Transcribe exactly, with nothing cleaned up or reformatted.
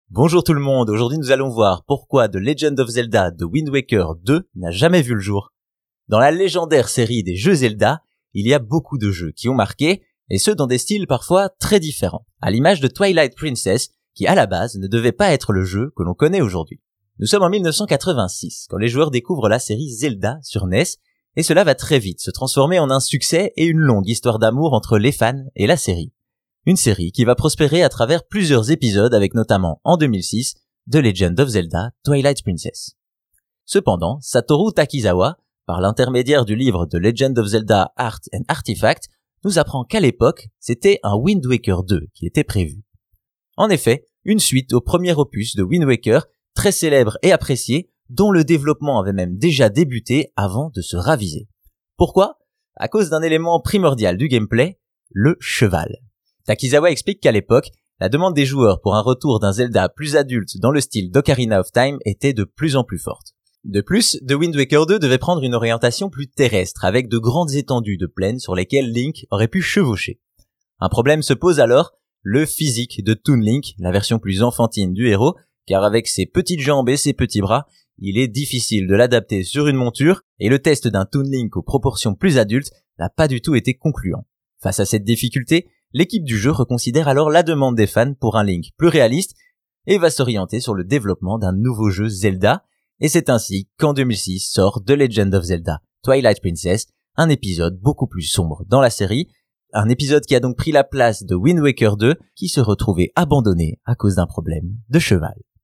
Bonjour tout le monde, aujourd'hui nous allons voir pourquoi The Legend of Zelda The Wind Waker deux n'a jamais vu le jour. Dans la légendaire série des jeux Zelda, il y a beaucoup de jeux qui ont marqué, et ce dans des styles parfois très différents, à l'image de Twilight Princess, qui à la base ne devait pas être le jeu que l'on connaît aujourd'hui. Nous sommes en mille neuf cent quatre-vingt-six, quand les joueurs découvrent la série Zelda sur N E S, et cela va très vite se transformer en un succès et une longue histoire d'amour entre les fans et la série. Une série qui va prospérer à travers plusieurs épisodes avec notamment, en deux mille six, The Legend of Zelda Twilight Princess. Cependant, Satoru Takizawa, par l'intermédiaire du livre The Legend of Zelda Art and Artifact, nous apprend qu'à l'époque, c'était un Wind Waker deux qui était prévu. En effet, une suite au premier opus de Wind Waker, très célèbre et apprécié, dont le développement avait même déjà débuté avant de se raviser. Pourquoi ? À cause d'un élément primordial du gameplay, le cheval. Takizawa explique qu'à l'époque, la demande des joueurs pour un retour d'un Zelda plus adulte dans le style d'Ocarina of Time était de plus en plus forte. De plus, The Wind Waker deux devait prendre une orientation plus terrestre, avec de grandes étendues de plaines sur lesquelles Link aurait pu chevaucher. Un problème se pose alors, le physique de Toon Link, la version plus enfantine du héros, car avec ses petites jambes et ses petits bras, il est difficile de l'adapter sur une monture, et le test d'un Toon Link aux proportions plus adultes n'a pas du tout été concluant. Face à cette difficulté, l'équipe du jeu reconsidère alors la demande des fans pour un Link plus réaliste et va s'orienter sur le développement d'un nouveau jeu Zelda, et c'est ainsi qu'en deux mille six sort The Legend of Zelda Twilight Princess, un épisode beaucoup plus sombre dans la série, un épisode qui a donc pris la place de Wind Waker deux qui se retrouvait abandonné à cause d'un problème de cheval.